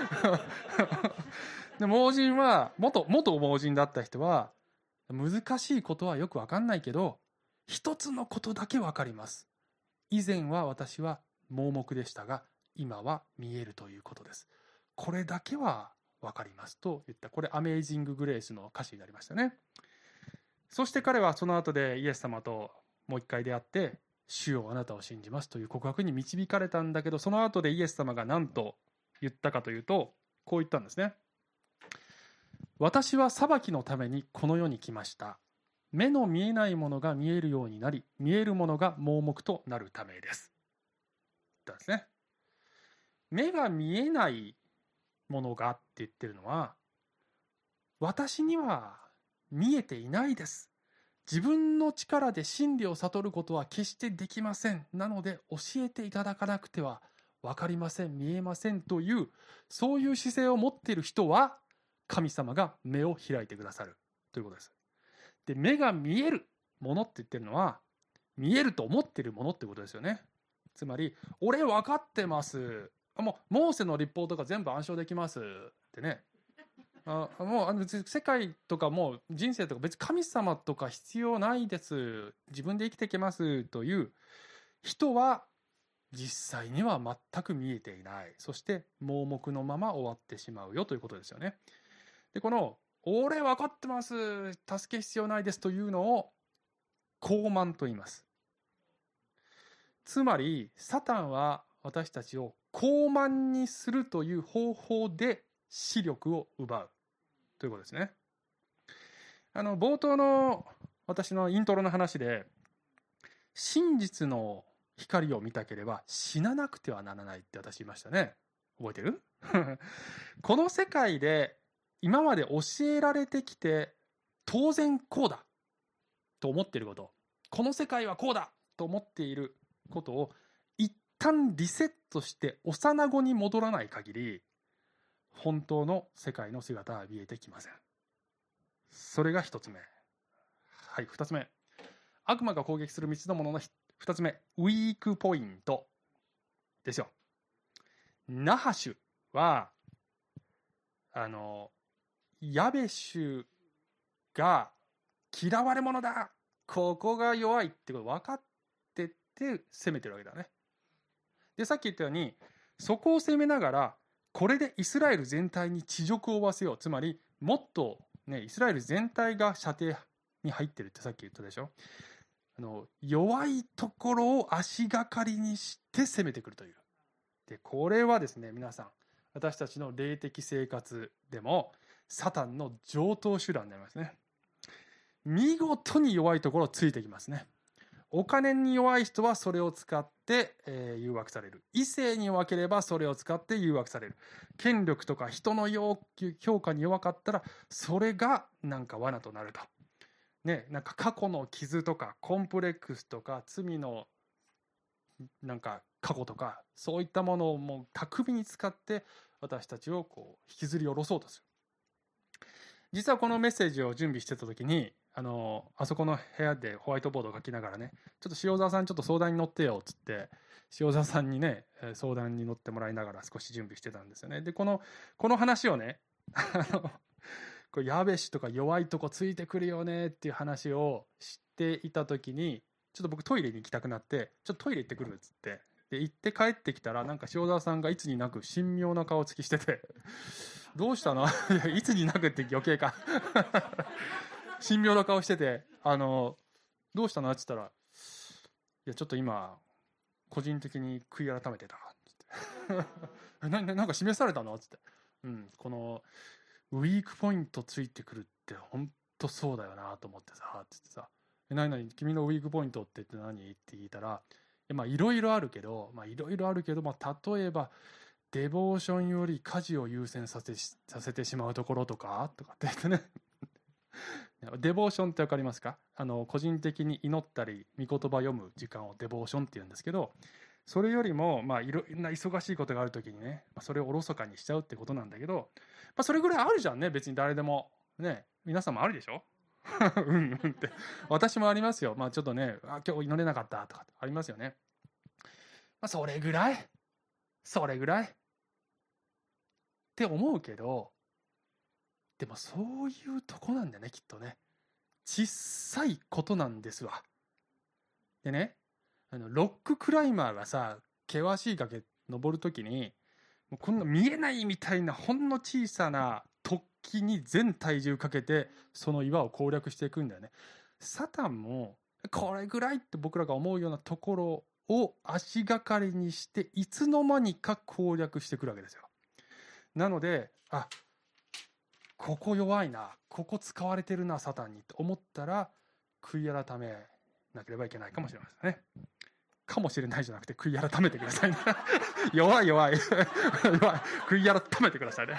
で盲人は 元, 元盲人だった人は、難しいことはよく分かんないけど一つのことだけ分かります。以前は私は盲目でしたが今は見えるということです。これだけは分かりますと言った。これアメイジンググレースの歌詞になりましたね。そして彼はその後でイエス様ともう一回出会って、主よあなたを信じますという告白に導かれたんだけど、その後でイエス様が何と言ったかというと、こう言ったんですね。私は裁きのためにこの世に来ました。目の見えないものが見えるようになり、見えるものが盲目となるためです。言ったんですね。目が見えないものがって言ってるのは、私には見えていないです。自分の力で真理を悟ることは決してできません。なので教えていただかなくては分かりません、見えませんという、そういう姿勢を持っている人は神様が目を開いてくださるということです。で、目が見えるものって言ってるのは、見えると思っているものってことですよね。つまり、俺分かってます。もうモーセの立法とか全部暗唱できますってね。あもうあの世界とかもう人生とか別に神様とか必要ないです、自分で生きていけますという人は実際には全く見えていない。そして盲目のまま終わってしまうよということですよね。でこの俺分かってます助け必要ないですというのを傲慢と言います。つまりサタンは私たちを傲慢にするという方法で視力を奪うということですね。あの冒頭の私のイントロの話で、真実の光を見たければ死ななくてはならないって私言いましたね。覚えてる？この世界で今まで教えられてきて当然こうだと思っていること、この世界はこうだと思っていることを一旦リセットして幼子に戻らない限り、本当の世界の姿は見えてきません。それが一つ目。はい、二つ目。悪魔が攻撃する三つのものの二つ目、ウィークポイントですよ。ナハシュはあのヤベシュが嫌われ者だ、ここが弱いってこと分かってて攻めてるわけだね。でさっき言ったように、そこを攻めながらこれでイスラエル全体に恥辱を負わせよう、つまりもっと、ね、イスラエル全体が射程に入ってるってさっき言ったでしょ。あの弱いところを足がかりにして攻めてくるという。でこれはですね、皆さん私たちの霊的生活でもサタンの常套手段になりますね。見事に弱いところをついてきますね。お金に弱い人はそれを使って、えー、誘惑される。異性に弱ければそれを使って誘惑される。権力とか人の要求評価に弱かったらそれがなんか罠となると、ね、なんか過去の傷とかコンプレックスとか罪のなんか過去とか、そういったものをもう巧みに使って私たちをこう引きずり下ろそうとする。実はこのメッセージを準備してた時に、あのあそこの部屋でホワイトボードを書きながらね、ちょっと塩沢さんちょっと相談に乗ってよっつって、塩沢さんにね相談に乗ってもらいながら少し準備してたんですよね。でこのこの話をねあのこれヤベシとか弱いとこついてくるよねっていう話をしていた時に、ちょっと僕トイレに行きたくなって、ちょっとトイレ行ってくるっつって、で行って帰ってきたら、なんか塩沢さんがいつになく神妙な顔つきしててどうしたのいつになくって余計か神妙な顔してて、あのどうしたのって言ったら、 やちょっと今個人的に悔い改めてたってな, なんか示されたのっつって、うん、このウィークポイントついてくるって本当そうだよなと思ってさつってさ、え何何君のウィークポイントって言って何って聞いたら、まあいろいろあるけどまあいろいろあるけど、まあ、例えばデボーションより家事を優先させさせてしまうところとかとかって言ってねデボーションって分かりますか？あの個人的に祈ったり御言葉読む時間をデボーションって言うんですけど、それよりもまあいろんな忙しいことがある時にね、それをおろそかにしちゃうってことなんだけど、まあ、それぐらいあるじゃんね、別に誰でもね。皆さんもあるでしょうんうんって私もありますよ。まあちょっとね、あ今日祈れなかったとかありますよね。まあそれぐらいそれぐらいって思うけど、でもそういうとこなんだよね、きっとね。小さいことなんですわ。でね、あのロッククライマーがさ険しい崖登るときに、もうこんな見えないみたいなほんの小さな突起に全体重かけてその岩を攻略していくんだよね。サタンもこれぐらいって僕らが思うようなところを足がかりにしていつの間にか攻略してくるわけですよ。なので、あ、ここ弱いな、ここ使われてるなサタンにと思ったら悔い改めなければいけないかもしれませんね。かもしれないじゃなくて悔い改めてくださいね弱い弱い弱い悔い改めてくださいね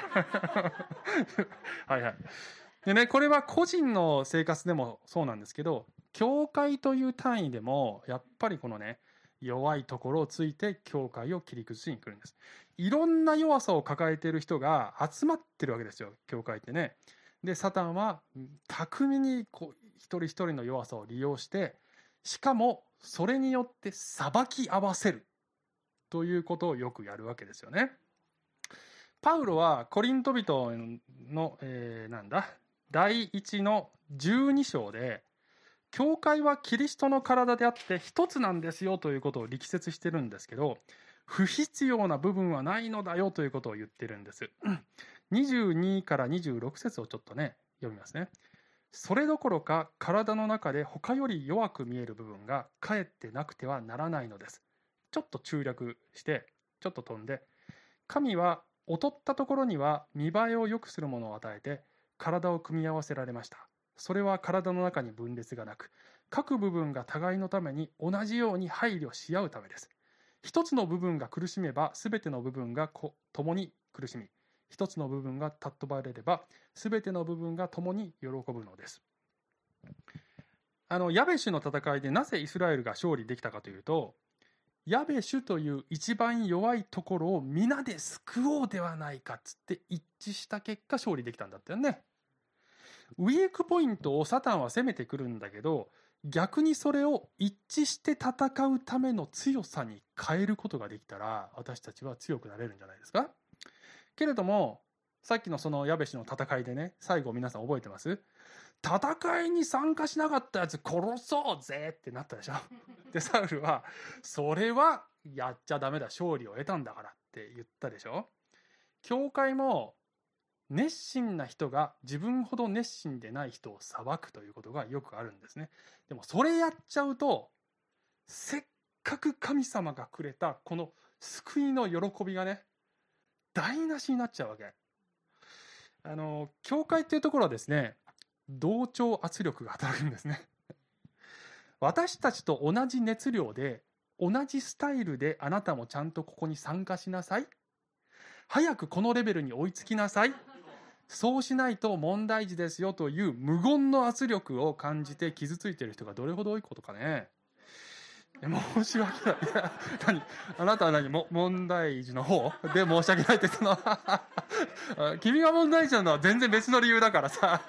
はいはい。でね、これは個人の生活でもそうなんですけど、教会という単位でもやっぱりこのね弱いところをついて教会を切り崩しに来るんです。いろんな弱さを抱えている人が集まってるわけですよ、教会ってね。でサタンは巧みにこう一人一人の弱さを利用して、しかもそれによって裁き合わせるということをよくやるわけですよね。パウロはコリント人の、えー、なんだだいいちのじゅうに章で、教会はキリストの体であって一つなんですよということを力説してるんですけど、不必要な部分はないのだよということを言ってるんです。にじゅうにからにじゅうろく節をちょっとね読みますね。それどころか体の中で他より弱く見える部分がかえってなくてはならないのです。ちょっと中略してちょっと飛んで、神は劣ったところには見栄えを良くするものを与えて体を組み合わせられました。それは体の中に分裂がなく、各部分が互いのために同じように配慮し合うためです。一つの部分が苦しめば全ての部分が共に苦しみ、一つの部分が尊ばれれば全ての部分が共に喜ぶのです。あのヤベシュの戦いでなぜイスラエルが勝利できたかというと、ヤベシュという一番弱いところを皆で救おうではないかっつって一致した結果勝利できたんだったよね。ウィークポイントをサタンは攻めてくるんだけど、逆にそれを一致して戦うための強さに変えることができたら、私たちは強くなれるんじゃないですか。けれどもさっきのそのヤベシの戦いでね、最後皆さん覚えてます？戦いに参加しなかったやつ殺そうぜってなったでしょでサウルはそれはやっちゃダメだ、勝利を得たんだからって言ったでしょ。教会も熱心な人が自分ほど熱心でない人を裁くということがよくあるんですね。でもそれやっちゃうと、せっかく神様がくれたこの救いの喜びがね台無しになっちゃうわけ。あの教会っていうところはですね、同調圧力が働くんですね。私たちと同じ熱量で同じスタイルであなたもちゃんとここに参加しなさい、早くこのレベルに追いつきなさい、そうしないと問題児ですよという無言の圧力を感じて傷ついている人がどれほど多いことかね。申し訳ない。いや、何あなたは何も問題児の方で申し訳ないって言ったのは君が問題児なのは全然別の理由だからさ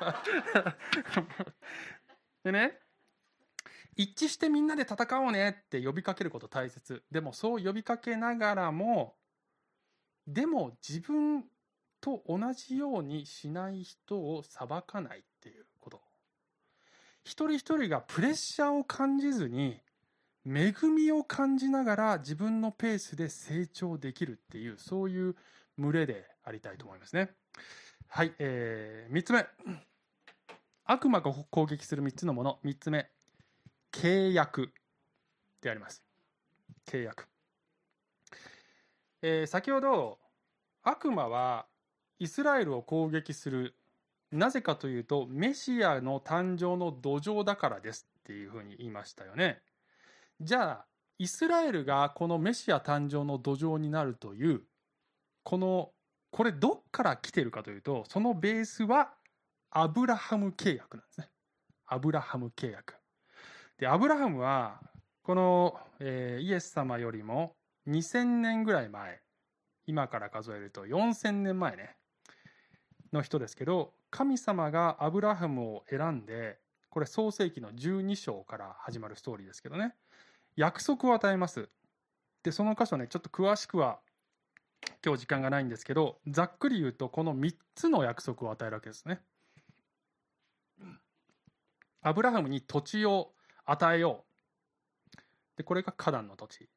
でね、一致してみんなで戦おうねって呼びかけること大切。でもそう呼びかけながらも、でも自分と同じようにしない人を裁かないっていうこと。一人一人がプレッシャーを感じずに恵みを感じながら自分のペースで成長できるっていう、そういう群れでありたいと思いますね。はい、えー、みっつめ、悪魔が攻撃するみっつのもの。みっつめ、契約。 であります。契約。えー、先ほど悪魔はイスラエルを攻撃する、なぜかというとメシアの誕生の土壌だからですっていうふうに言いましたよね。じゃあイスラエルがこのメシア誕生の土壌になるというこのこれどっから来てるかというと、そのベースはアブラハム契約なんですね。アブラハム契約で、アブラハムはこの、えー、イエス様よりもにせんねんぐらい前、今から数えるとよんせんねんまえねの人ですけど、神様がアブラハムを選んで、これ創世記のじゅうに章から始まるストーリーですけどね、約束を与えます。でその箇所ね、ちょっと詳しくは今日時間がないんですけど、ざっくり言うとこのみっつの約束を与えるわけですね。アブラハムに土地を与えよう。でこれがカナンの土地。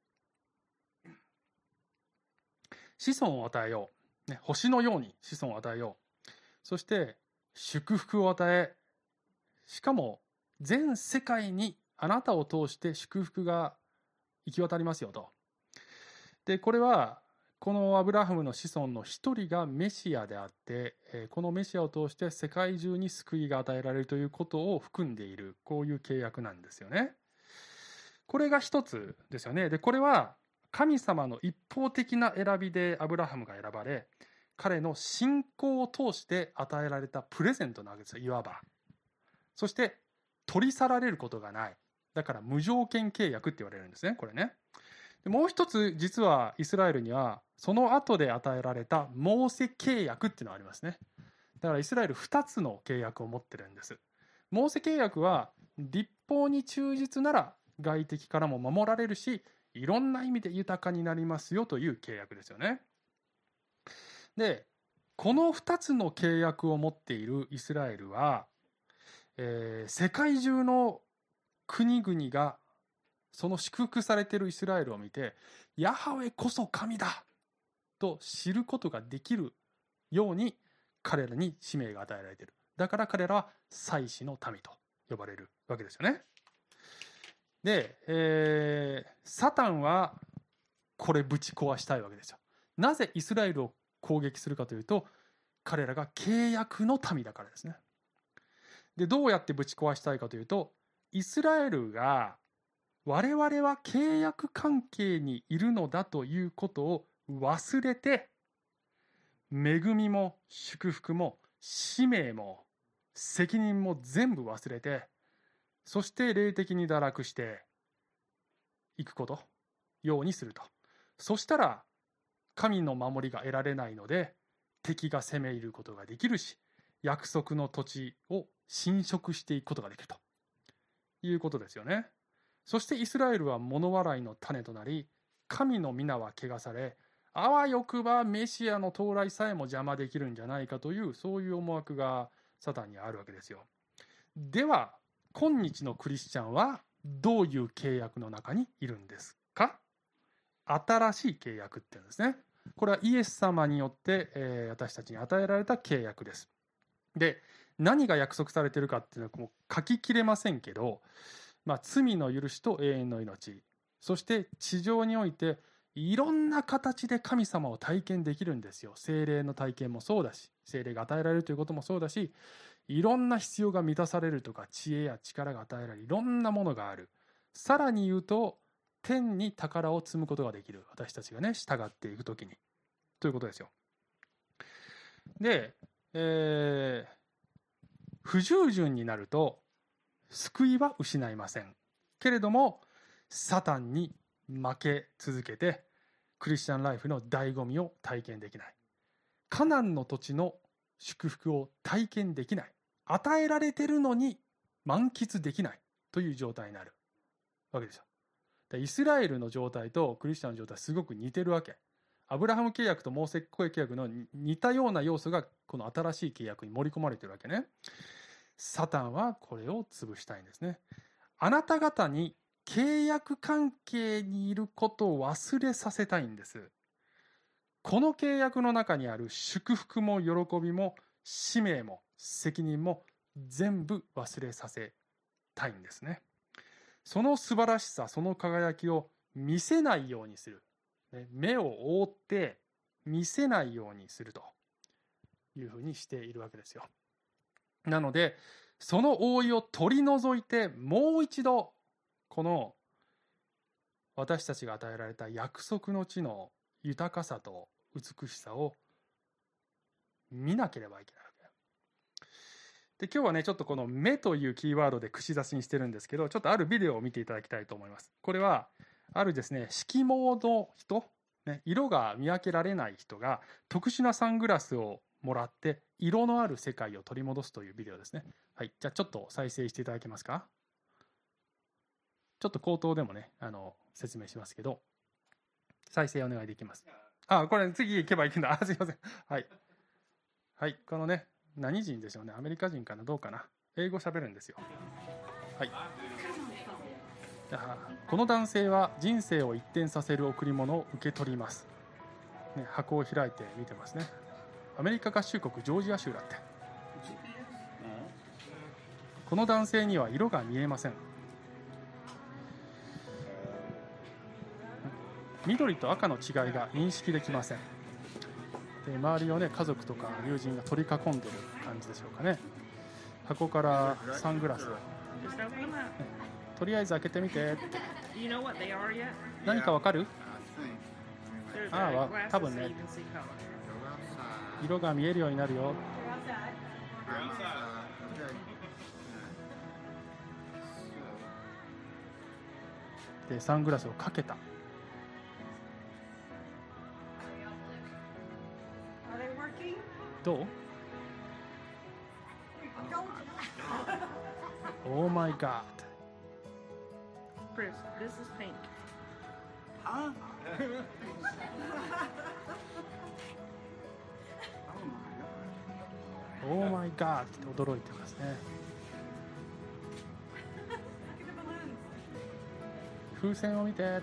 子孫を与えよう、ね、星のように子孫を与えよう。そして祝福を与え、しかも全世界にあなたを通して祝福が行き渡りますよと。でこれはこのアブラハムの子孫の一人がメシアであって、このメシアを通して世界中に救いが与えられるということを含んでいる、こういう契約なんですよね。これが一つですよね。でこれは神様の一方的な選びでアブラハムが選ばれ、彼の信仰を通して与えられたプレゼントなわけですよ、いわば。そして取り去られることがない。だから無条件契約って言われるんですね、これね。でもう一つ、実はイスラエルにはその後で与えられたモーセ契約っていうのがありますね。だからイスラエルふたつの契約を持ってるんです。モーセ契約は律法に忠実なら外敵からも守られるし、いろんな意味で豊かになりますよという契約ですよね。でこのふたつの契約を持っているイスラエルは、えー、世界中の国々がその祝福されているイスラエルを見て、ヤハウェこそ神だと知ることができるように彼らに使命が与えられている。だから彼らは祭司の民と呼ばれるわけですよね。で、えー、サタンはこれぶち壊したいわけですよ。なぜイスラエルを攻撃するかというと、彼らが契約の民だからですね。でどうやってぶち壊したいかというと、イスラエルが我々は契約関係にいるのだということを忘れて、恵みも祝福も使命も責任も全部忘れて、そして霊的に堕落していくことようにすると。そしたら神の守りが得られないので、敵が攻め入ることができるし、約束の土地を侵食していくことができるということですよね。そしてイスラエルは物笑いの種となり、神の皆は汚され、あわよくばメシアの到来さえも邪魔できるんじゃないかという、そういう思惑がサタンにあるわけですよ。では今日のクリスチャンはどういう契約の中にいるんですか？新しい契約っていうんですね。これはイエス様によって、えー、私たちに与えられた契約です。で何が約束されているかっていうのはもう書ききれませんけど、まあ、罪の許しと永遠の命、そして地上においていろんな形で神様を体験できるんですよ。聖霊の体験もそうだし、聖霊が与えられるということもそうだし、いろんな必要が満たされるとか、知恵や力が与えられるいろんなものがある。さらに言うと天に宝を積むことができる、私たちがね従っていくときにということですよ。で、えー、不従順になると救いは失いませんけれども、サタンに負け続けてクリスチャンライフの醍醐味を体験できない、カナンの土地の祝福を体験できない、与えられてるのに満喫できないという状態になるわけですよ。イスラエルの状態とクリスチャンの状態はすごく似てるわけ。アブラハム契約とモーセ契約の似たような要素がこの新しい契約に盛り込まれてるわけね。サタンはこれを潰したいんですね。あなた方に契約関係にいることを忘れさせたいんです。この契約の中にある祝福も喜びも使命も責任も全部忘れさせたいんですね。 その素晴らしさ、その輝きを見せないようにする。ね、目を覆って見せないようにするというふうにしているわけですよ。なので、その覆いを取り除いて、もう一度、この私たちが与えられた約束の地の豊かさと美しさを見なければいけないわけで、今日はね、ちょっとこの目というキーワードで串刺しにしてるんですけど、ちょっとあるビデオを見ていただきたいと思います。これは、あるですね、色盲の人、ね、色が見分けられない人が特殊なサングラスをもらって色のある世界を取り戻すというビデオですね。はい。じゃあちょっと再生していただけますか。ちょっと口頭でもね、あの、説明しますけど、再生お願いできます。あ、これ次行けばいけんだ。あ、すいません。はい。はい。このね、何人でしょうね。アメリカ人かな、どうかな。英語喋るんですよ。はい。この男性は人生を一転させる贈り物を受け取ります。ね、箱を開いて見てますね。アメリカ合衆国ジョージア州だって。この男性には色が見えません。緑と赤の違いが認識できません。で、周りをね、家族とか友人が取り囲んでる感じでしょうかね。箱からサングラスを、ね、とりあえず開けてみてって。何かわかる？ああ、多分ね、色が見えるようになるよ。で、サングラスをかけた。どう？ Oh my God. Bruce, this is pink. Huh? Oh my God って驚いてますね。風船を見て。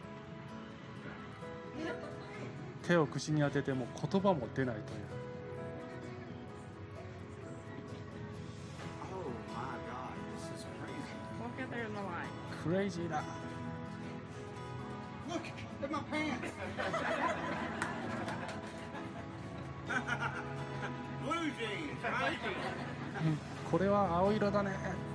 手を口に当てても言葉も出ないという。クレイジーだ。 Look at my pants. Blue jeans, right? これは青色だね。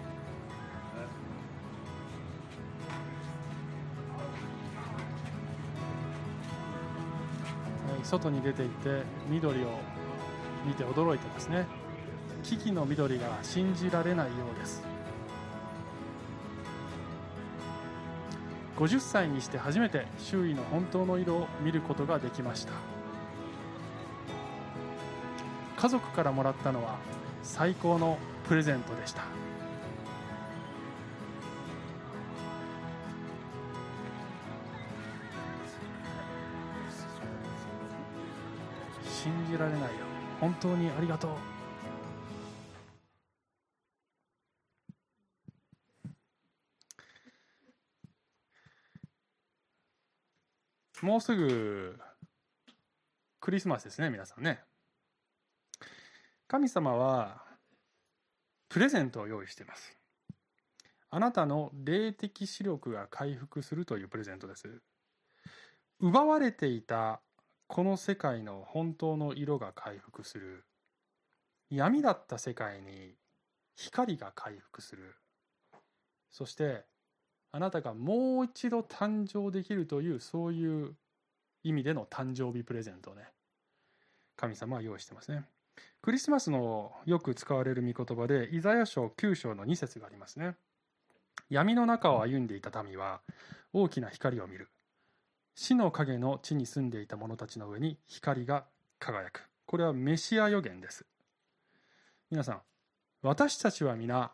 外に出て行って緑を見て驚いてますね。木々の緑が信じられないようです。ごじゅっさいにして初めて周囲の本当の色を見ることができました。家族からもらったのは最高のプレゼントでした。信じられないよ。本当にありがとう。もうすぐクリスマスですね、皆さんね。神様はプレゼントを用意しています。あなたの霊的視力が回復するというプレゼントです。奪われていたこの世界の本当の色が回復する。闇だった世界に光が回復する。そしてあなたがもう一度誕生できるという、そういう意味での誕生日プレゼントをね、神様は用意してますね。クリスマスのよく使われる御言葉で、イザヤ書きゅう章のに節がありますね。闇の中を歩んでいた民は大きな光を見る。死の影の地に住んでいた者たちの上に光が輝く。これはメシア予言です。皆さん、私たちは皆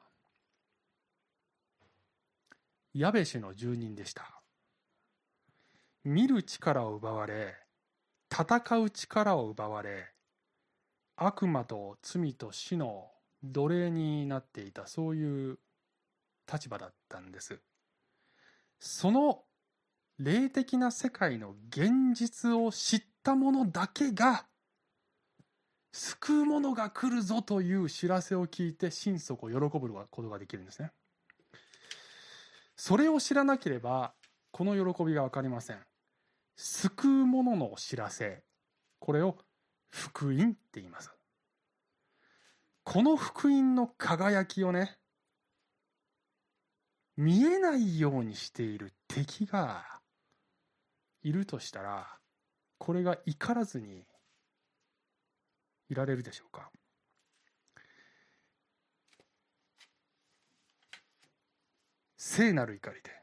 ヤベシュの住人でした。見る力を奪われ、戦う力を奪われ、悪魔と罪と死の奴隷になっていた、そういう立場だったんです。その霊的な世界の現実を知った者だけが、救う者が来るぞという知らせを聞いて心底喜ぶことができるんですね。 それを知らなければこの喜びが分かりません。救う者の知らせ、これを福音って言います。この福音の輝きをね、見えないようにしている敵がいるとしたら、これが怒らずにいられるでしょうか。聖なる怒りで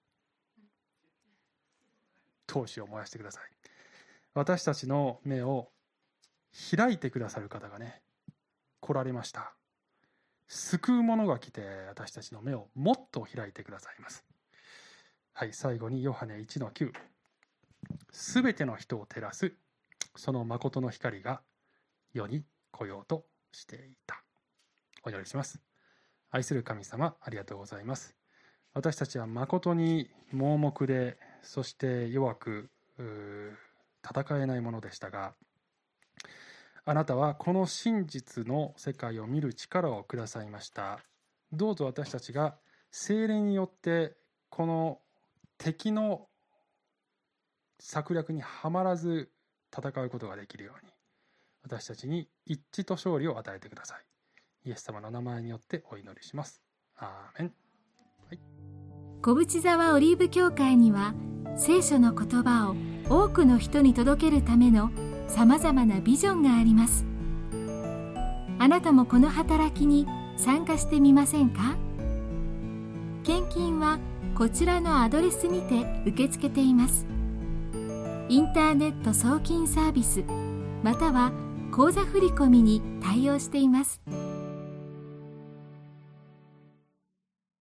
闘志を燃やしてください。私たちの目を開いてくださる方がね、来られました。救う者が来て、私たちの目をもっと開いてくださいます。はい、最後にヨハネいちのきゅう。すべての人を照らす、その誠の光が世に来ようとしていた。お祈りします。愛する神様、ありがとうございます。私たちは誠に盲目で、そして弱く戦えないものでしたが、あなたはこの真実の世界を見る力をくださいました。どうぞ私たちが聖霊によってこの敵の策略にはまらず戦うことができるように、私たちに一致と勝利を与えてください。イエス様の名前によってお祈りします。アーメン。はい、 小淵沢オリーブ教会には、聖書の言葉を多くの人に届けるためのさまざまなビジョンがあります。あなたもこの働きに参加してみませんか？献金はこちらのアドレスにて受け付けています。インターネット送金サービスまたは口座振込に対応しています。